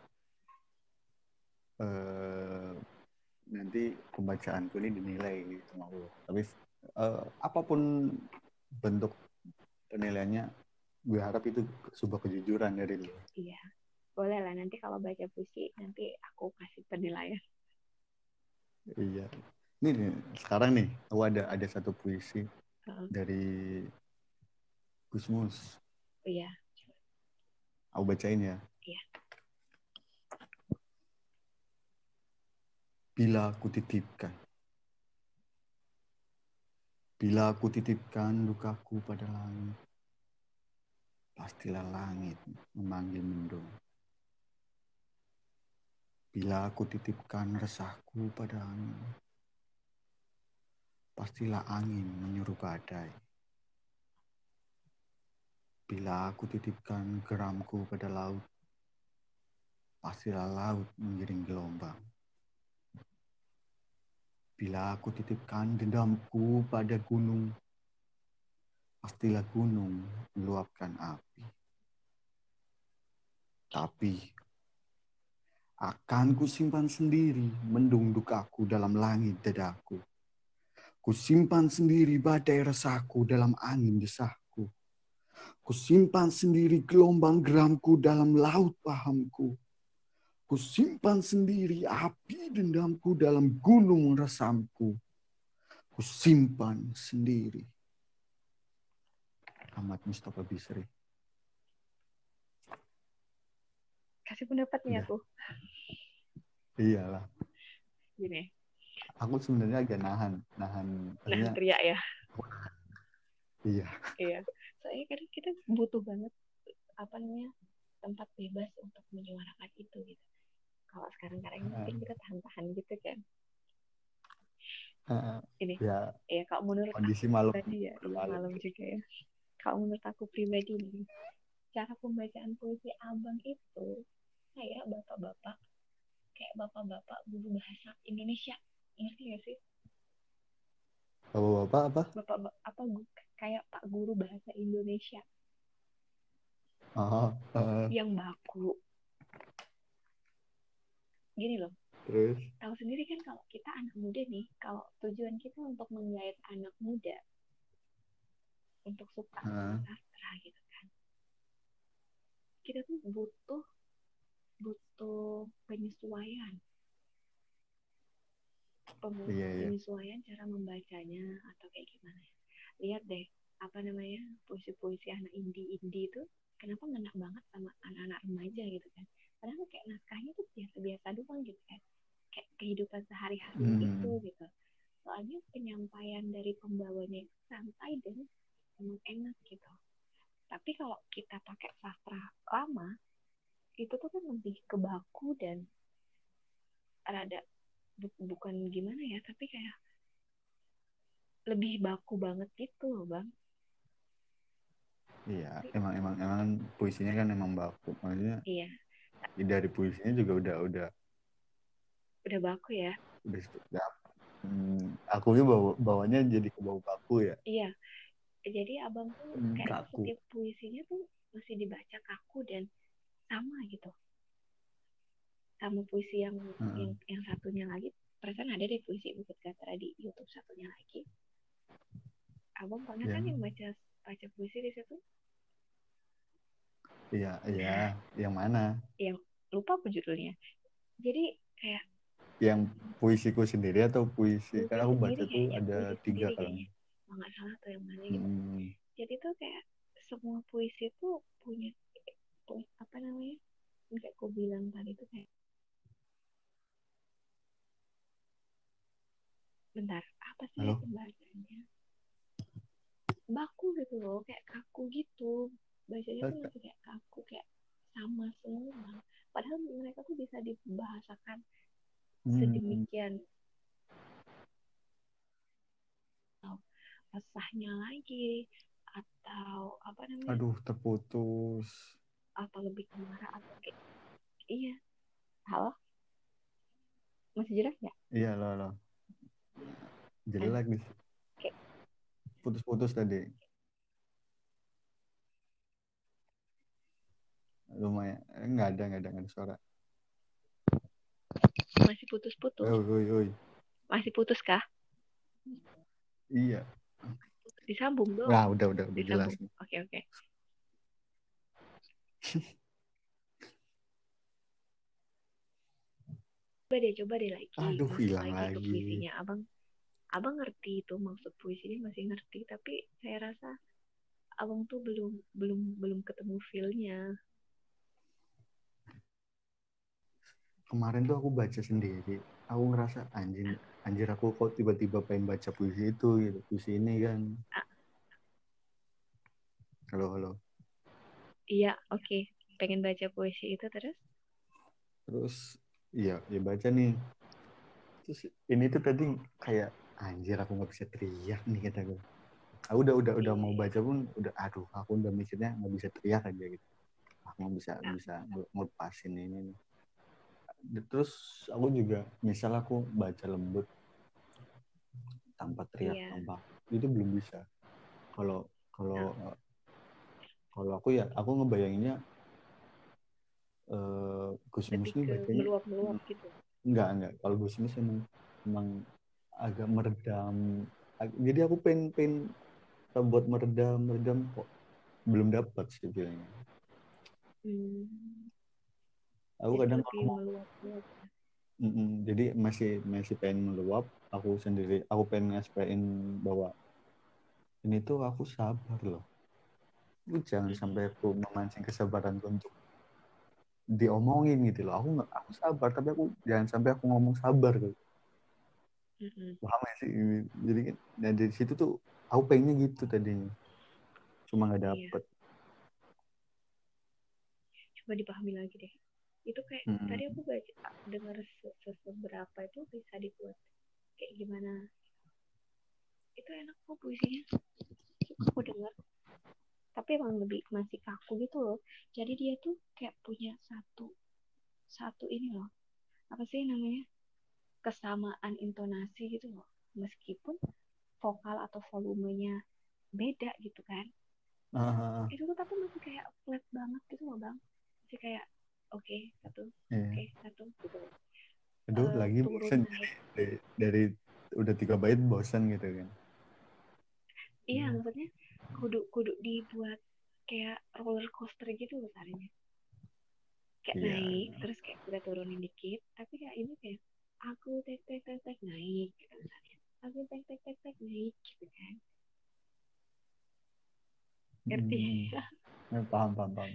eh, nanti pembacaanku ini dinilai sama Allah. Tapi eh, apapun bentuk penilaiannya, gue harap itu sebuah kejujuran dari lo. Iya, boleh lah nanti kalau baca puisi nanti aku kasih penilaian. Iya. Ini nih, sekarang nih, aku ada ada satu puisi Uh, dari Gusmus. iya, Aku bacain ya. iya. Bila aku titipkan, bila aku titipkan lukaku pada langit, pastilah langit memanggil mendung. Bila aku titipkan resahku pada angin, pastilah angin menyuruh badai. Bila aku titipkan geramku pada laut, pastilah laut mengiring gelombang. Bila aku titipkan dendamku pada gunung, pastilah gunung meluapkan api. Tapi akan kusimpan sendiri mendung dukaku dalam langit dadaku. Kusimpan sendiri badai resahku dalam angin desahku. Kusimpan sendiri gelombang geramku dalam laut pahamku. Kusimpan sendiri api dendamku dalam gunung resamku. Kusimpan sendiri. Ahmad Mustafa Bisri. Kasih pendapatnya Udah. aku. Iyalah. Gini. aku sebenarnya agak nahan, nahan. Nah, Maksudnya, teriak ya. iya. Iya. Soalnya kadang kita butuh banget apa namanya tempat bebas untuk menyuarakan itu gitu. Kalau sekarang-sekarang Uh, mungkin kita tahan-tahan gitu kan. uh, Ini, ya ya kalau menurut aku kondisi malam pribadi ya, iya malam. malam juga ya. Kalau menurut aku pribadi nih, cara pembacaan puisi abang itu kayak bapak-bapak, kayak bapak-bapak guru bahasa Indonesia. Ngerti gak sih? Bapak-bapak apa? Bapak apa kayak Pak Guru bahasa Indonesia Oh, uh, yang baku. Gini loh, terus, tahu sendiri kan kalau kita anak muda nih, kalau tujuan kita untuk menggait anak muda untuk suka uh, sama sastra gitu kan, kita tuh butuh butuh penyesuaian, iya iya. penyesuaian cara membacanya atau kayak gimana ya. Lihat deh, apa namanya, puisi-puisi anak indie-indie itu kenapa ngena banget sama anak-anak remaja gitu kan. Padahal kayak naskahnya tuh biasa-biasa doang gitu kan. Kayak kehidupan sehari-hari itu Hmm, gitu. Soalnya penyampaian dari pembawanya itu santai dan emang enak gitu. Tapi kalau kita pakai sastra lama, itu tuh kan lebih kebaku dan rada bu- bukan gimana ya, tapi kayak lebih baku banget gitu loh bang. iya. Tapi Emang emang emang kan puisinya kan emang baku. Maksudnya iya, dari puisinya juga udah udah udah baku ya. udah sedap. Hmm, aku juga bawa, bawanya jadi ke bau baku ya. Iya, jadi abang tuh Hmm, kayak kaku. setiap puisinya tuh masih dibaca kaku dan sama gitu. Sama puisi yang Uh, yang yang satunya lagi, perasaan ada deh puisi Bukit Gatra di YouTube satunya lagi. Abang pernah kan yang yang baca baca puisi di situ? iya iya. Nah, Yang mana? yang lupa apa judulnya. Jadi kayak Yang puisiku sendiri atau puisi? Kan puisi aku baca sendiri tuh kayaknya, ada puisi tiga sendiri kalau kayaknya. nggak. Kalau nggak salah tuh yang mana gitu. Hmm, Jadi tuh kayak semua puisi tuh punya, punya apa namanya? Kayak aku bilang tadi tuh kayak, bentar, apa sih ya halo. pembahasannya? Baku gitu loh, kayak kaku gitu. Bacanya tuh masih kayak kaku, kayak sama semua. Padahal mereka tuh bisa dibahasakan Hmm, sedemikian atau resahnya lagi atau apa namanya, aduh terputus. atau lebih kemarah atau kayak, iya, halo, masih jelas nggak? Iya loh loh. Kan Jelek nih. kayak Putus-putus tadi. Lumayan. Eh, nggak ada nggak ada nggak ada suara. masih putus-putus, Oi oi oi. masih putus kah? Iya. Disambung Nah dong, udah udah udah jelas disambung, nih. oke oke. Coba deh, coba deh lagi Aduh masuk hilang lagi ke lagi. puisinya abang. Abang ngerti itu maksud puisi ini, masih ngerti, tapi saya rasa abang tuh belum belum belum ketemu feel-nya. Kemarin tuh aku baca sendiri. Aku ngerasa anjing anjir aku kok tiba-tiba pengen baca puisi itu gitu. Puisi ini kan. Ah, Halo halo. iya, oke, okay. Pengen baca puisi itu terus. Terus iya ya baca nih. Terus ini tuh tadi kayak anjir aku nggak bisa teriak nih kata gue. Aku udah udah udah Iya, mau iya. baca pun udah aduh aku udah mikirnya nggak bisa teriak aja gitu. Aku nggak bisa Ah, bisa ngelepasin ini nih. Terus aku juga misal aku baca lembut tanpa teriak iya. tanpa itu belum bisa. Kalau Ah, kalau kalau aku ya aku ngebayanginnya uh, Gusmus lebih nih ke bacanya meluap-meluap gitu. enggak enggak kalau Gusmus emang emang agak meredam. Jadi aku pengen pengen buat meredam meredam kok belum dapat sih feelnya. Hmm, Aku jadi kadang kalau lebih mau meluap-meluap. mm-mm, jadi masih masih pengen meluap aku sendiri aku pengen ngaspain bahwa ini tuh aku sabar loh. Lu jangan sampai aku memancing kesabaran untuk diomongin gitu loh. Aku nggak aku sabar tapi aku jangan sampai aku ngomong sabar gitu. Mm-mm. Paham gak sih? Jadi kan nah dari situ tuh aku pengennya gitu tadinya. Cuma nggak Iya, dapet. coba dipahami lagi deh. Itu kayak Hmm. tadi aku baca dengar seberapa itu bisa dibuat kayak gimana. Itu enak kok puisinya. Aku dengar, tapi emang lebih masih kaku gitu loh. Jadi dia tuh kayak punya satu satu ini loh. Apa sih namanya? Kesamaan intonasi gitu loh. Meskipun vokal atau volumenya beda gitu kan. Ah, Itu tuh tapi masih kayak flat banget gitu loh bang. Masih kayak oke okay, satu, oke iya. okay, satu gitu. Aduh, Uh, lagi turun bosen naik. dari, dari udah tiga bait bosen gitu kan. Iya maksudnya kudu kudu dibuat kayak roller coaster gitu loh tarinya. Kayak Iya. naik terus kayak udah turunin dikit tapi kayak ini kayak aku tek tek tek tek naik gitu misalnya. Aku tek tek tek tek naik gitu kan. Ngerti? Hmm. Ya, paham, paham, paham.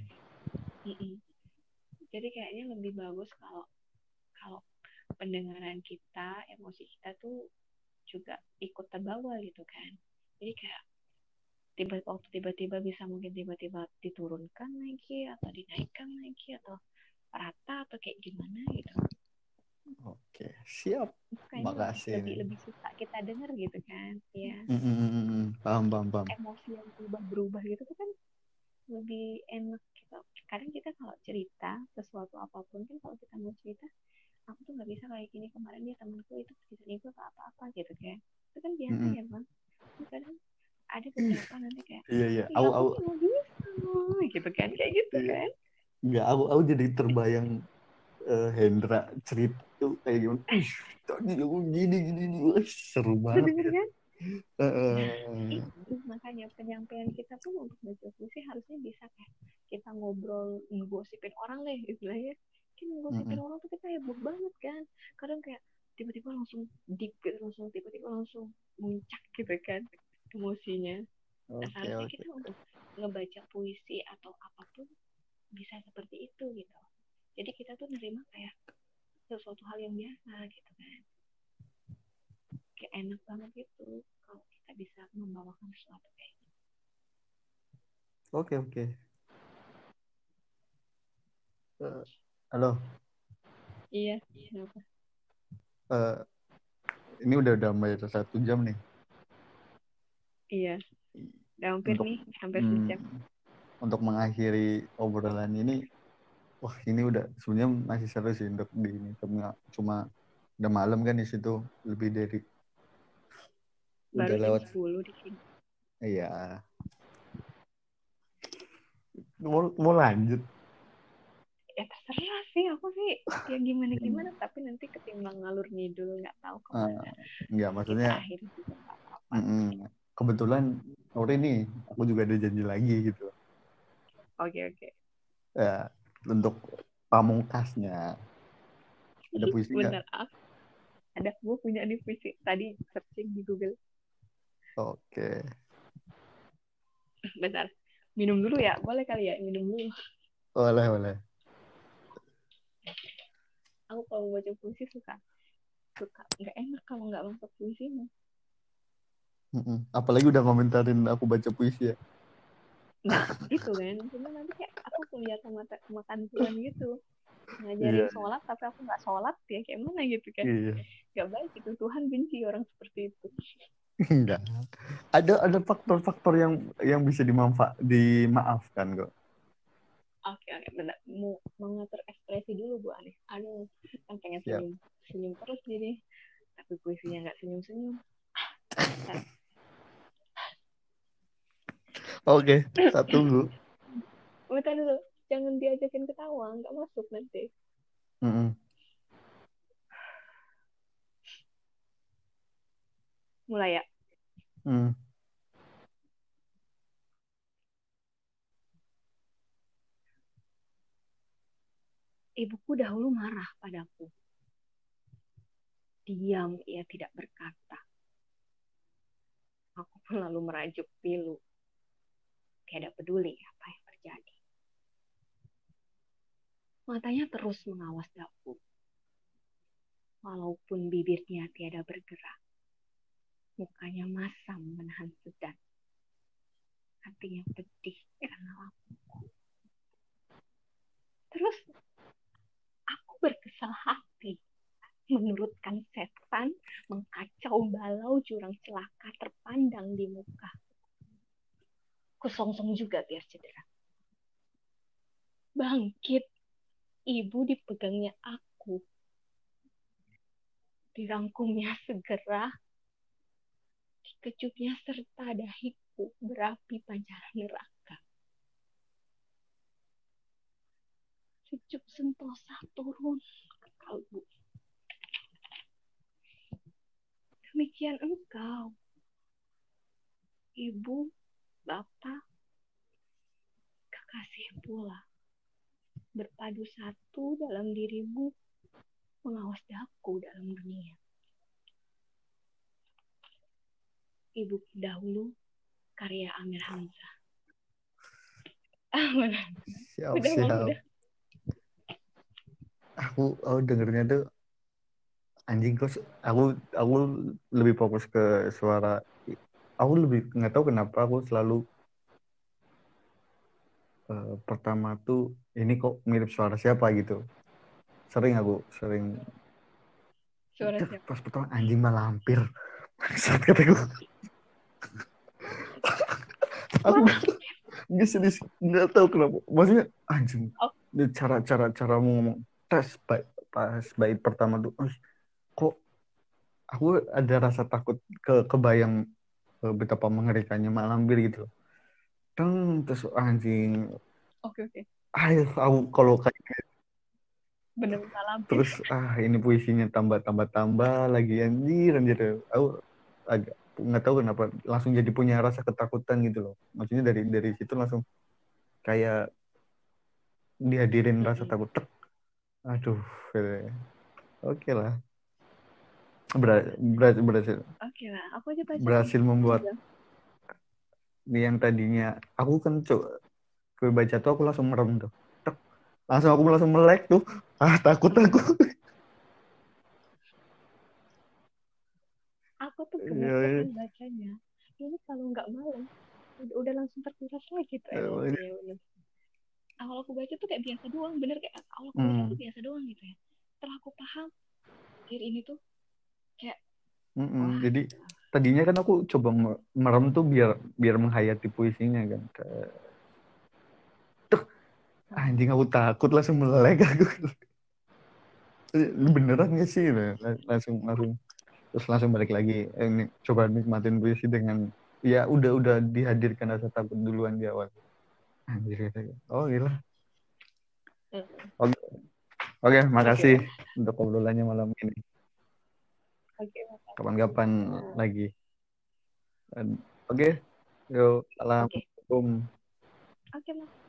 Jadi kayaknya lebih bagus kalau kalau pendengaran kita, emosi kita tuh juga ikut terbawa gitu kan. Jadi kayak tiba waktu tiba-tiba bisa mungkin tiba-tiba diturunkan lagi atau dinaikkan lagi atau rata atau kayak gimana gitu. Oke, siap. Itu kayaknya lebih Makasih lebih nih. lebih suka kita denger gitu kan. Ya, Hmm, hmm, hmm, hmm. Paham, paham, paham. emosi yang berubah-berubah gitu tuh kan lebih enak gitu. Kadang kita kalau cerita sesuatu apapun kan kalau kita mau cerita aku tuh nggak bisa kayak gini kemarin dia temanku itu bisa itu apa-apa gitu kan itu kan biasa Hmm, ya bang itu kadang ada beberapa nanti kayak iya, iya. ya Aku, aku aku, tuh nggak bisa gitu kan kayak gitu iya. kan. Enggak, aku, aku jadi terbayang eh, Hendra cerita tuh kayak gimana. Ih, tadi aku gini, gini, gini. Wih, seru banget Bener ya. kan. Nah Eh, itu makanya penyampaian kita pun untuk baca puisi harusnya bisa kayak kita ngobrol ngegosipin orang deh istilahnya kan ngegosipin mm-mm. orang tuh kita heboh banget kan kadang kayak tiba-tiba langsung deep gitu langsung tiba-tiba langsung muncak gitu kan emosinya. Nah, Oke, seharusnya oke. kita untuk ngebaca puisi atau apapun bisa seperti itu gitu. Jadi kita tuh nerima kayak sesuatu hal yang biasa gitu kan. Kayak enak banget gitu kalau kita bisa membawakan sesuatu kayak gitu. Oke, oke. Eh, halo. Iya, kenapa? Eh, ini udah udah bayar satu jam nih. Iya, udah hampir Untuk nih, hampir mm, sejam. untuk mengakhiri obrolan ini, wah ini udah sebenarnya masih seru sih untuk di ini. Cuma, cuma udah malam kan di situ lebih dari Baru udah jam lewat. sepuluh di sini. Iya. Mau, mau lanjut. Ya terserah sih, aku sih ya gimana-gimana. Tapi nanti ketimbang ngalur ngidul nggak tahu Eh, kemana. enggak, Kita maksudnya akhiri juga nggak apa-apa. mm-mm. Kebetulan sore nih aku juga ada janji lagi gitu. Oke, oke. Ya, untuk pamungkasnya ada puisi nggak? Bentar, ah. Ada gue punya nih puisi. Tadi searching di Google. Oke. Bentar, minum dulu ya. Boleh kali ya, minum dulu. Boleh, boleh. Aku kalau baca puisi suka suka nggak enak kalau nggak masuk puisinya. Mm-mm. Apalagi udah komentarin aku baca puisi ya. Nah itu kan maksudnya nanti kayak aku kuliah sama makan Tuhan gitu ngajarin Iya, sholat tapi aku nggak sholat ya kayak mana gitu kan iya. nggak baik itu Tuhan benci orang seperti itu. Enggak. Ada ada faktor-faktor yang yang bisa dimanfa dimaafkan kok. Oke oke benar mau mengatur ekspresi dulu Bu Aneh aduh kan pengen Siap. senyum senyum terus jadi tapi puisinya nggak senyum senyum. Oke, tak tunggu. Bentar dulu jangan diajakin ketawa nggak masuk nanti. Mm-mm. Mulai ya. Mm. Ibuku dahulu marah padaku. Diam, ia tidak berkata. Aku pun lalu merajuk pilu. Tidak peduli apa yang terjadi. Matanya terus mengawas dapur. walaupun bibirnya tiada bergerak, mukanya masam menahan sedan, hatinya pedih karena lapar. Terus aku berkesal hati menurutkan setan mengkacau balau jurang celaka terpandang di muka. Kusongsong juga biar cedera. Bangkit, ibu dipegangnya aku. Dirangkumnya segera, dikejutnya serta dahiku berapi pancaran neraka. Sejuk sentosa turun ke kalbu. Demikian engkau, ibu, bapak, kekasih pula, berpadu satu dalam dirimu, mengawas daku dalam dunia. Ibu dahulu, karya Amir Hamzah. Ah, mana? Siap, Udah, siap. udah. Aku, aku dengernya tuh anjing kok. Aku, aku lebih fokus ke suara. Aku lebih nggak tahu kenapa aku selalu uh, pertama tuh ini kok mirip suara siapa gitu. Sering aku, sering. Suara siapa? Pas pertama anjing malampir. Saat kataku, aku nggak serius, nggak tahu kenapa. Maksudnya anjing. Oh. Cara cara cara mau ngomong tes baik pas bait pertama tuh, kok aku ada rasa takut ke kebayang uh, betapa mengerikannya malampir gitu. Teng terus anjing. Oke, oke. Ayo aku kalau kayak Bener malampir. terus ah ini puisinya tambah tambah tambah lagi anjir anjir. Aku agak nggak tahu kenapa langsung jadi punya rasa ketakutan gitu loh. Maksudnya dari dari situ langsung kayak dihadirin rasa Mm-mm. takut. Tek. Aduh, oke lah. Ber, ber, berhasil Oke lah, aku aja baca nih. berhasil membuat Udah. yang tadinya aku kan coba gue baca tuh aku langsung merem tuh. Tek. Langsung aku langsung melek tuh. Ah takut aku. Aku tuh Iya, iya. gemeteran bacanya. Ini kalau nggak malam, udah, udah langsung terkuras lagi tuh Emang ini. emosinya. Bener. Awal aku baca tuh kayak biasa doang, bener kayak awal aku baca tuh Hmm. biasa doang gitu ya. Setelah aku paham, diri ini tuh kayak, Mm-mm. wah, Jadi tadinya kan aku coba me- merem tuh biar biar menghayati puisinya kan. Tuh, anjing aku takut langsung melek aku. Ini beneran gak sih? Nah, langsung langsung terus langsung balik lagi. Eh, ini, coba nikmatin puisi dengan ya udah udah dihadirkan rasa takut duluan di awal. Anjir gitu. Oh gila. mm. Oke, oke, Oke makasih lah. untuk obrolannya malam ini. Oke, makasih Kapan-kapan juga. lagi. Oke, yuk, Oke, salam. oke lah.